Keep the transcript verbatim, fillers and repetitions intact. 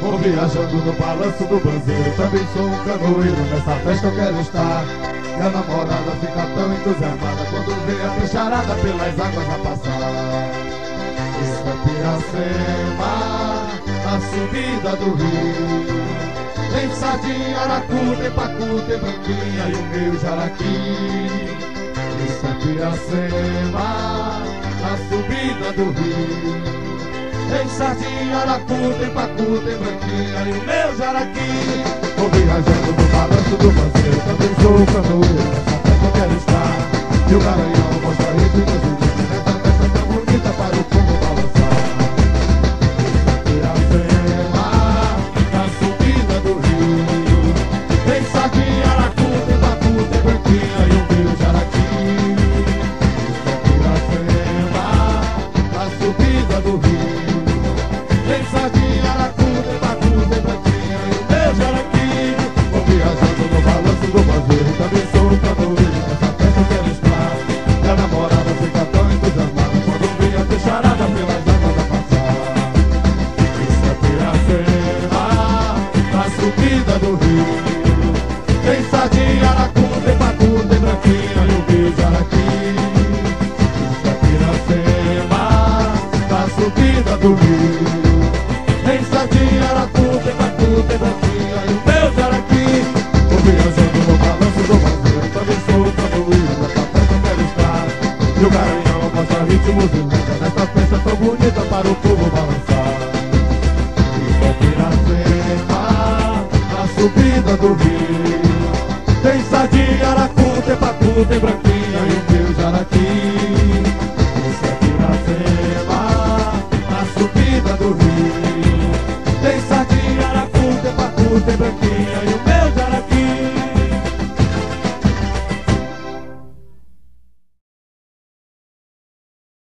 Vou viajando no balanço do banzeiro. Também sou um canoeiro, nessa festa eu quero estar. E a namorada fica tão entusiasmada quando vê a peixarada pelas águas a passar. Isso é Piracema, a subida do rio. Tem sardinha, aracu, tem pacu, tem branquinha e o meu jaraqui. Isso é Piracema, a subida do rio. Tem sardinha, aracu, tem pacu, tem branquinha e o meu jaraqui. Vou viajando no balanço do banzeiro. Também sou canoeiro, nessa festa eu quero estar. E o Garanhão mostra ritmo brasileiro. Nessa festa tão bonita para o povo balançar. Piracema, na subida do rio. Tem sardinha, aracu, tem pacu, tem branquinha e o meu jaraqui. Piracema, na subida do rio. Tem sardinha, aracu, tem pacu, tem branquinha e o meu jaraqui. Vou viajando no balanço do banzeiro. Também sou canoeiro, nessa festa eu quero estar. E a namorada fica tão entusiasmada quando vê a peixarada pelas águas a passar. Isso é Piracema, na subida do rio. Tem sardinha, aracu, tem pacu, tem branquinha e o meu jaraqui. Isso é Piracema, na subida do rio. Tem sardinha, aracu, tem pacu, tem branquinha e o meu jaraqui. Vou viajando no balanço do banzeiro. Também sou canoeiro, nessa festa eu quero estar. E o Garanhão mostra ritmos e lendas. Nessa festa tão bonita para o povo balançar. Isso é Piracema, na subida do rio. Tem sardinha, aracu, tem pacu, tem branquinha e o meu jaraqui. Isso é Piracema, na subida do rio. Tem sardinha, aracu, tem pacu, tem branquinha.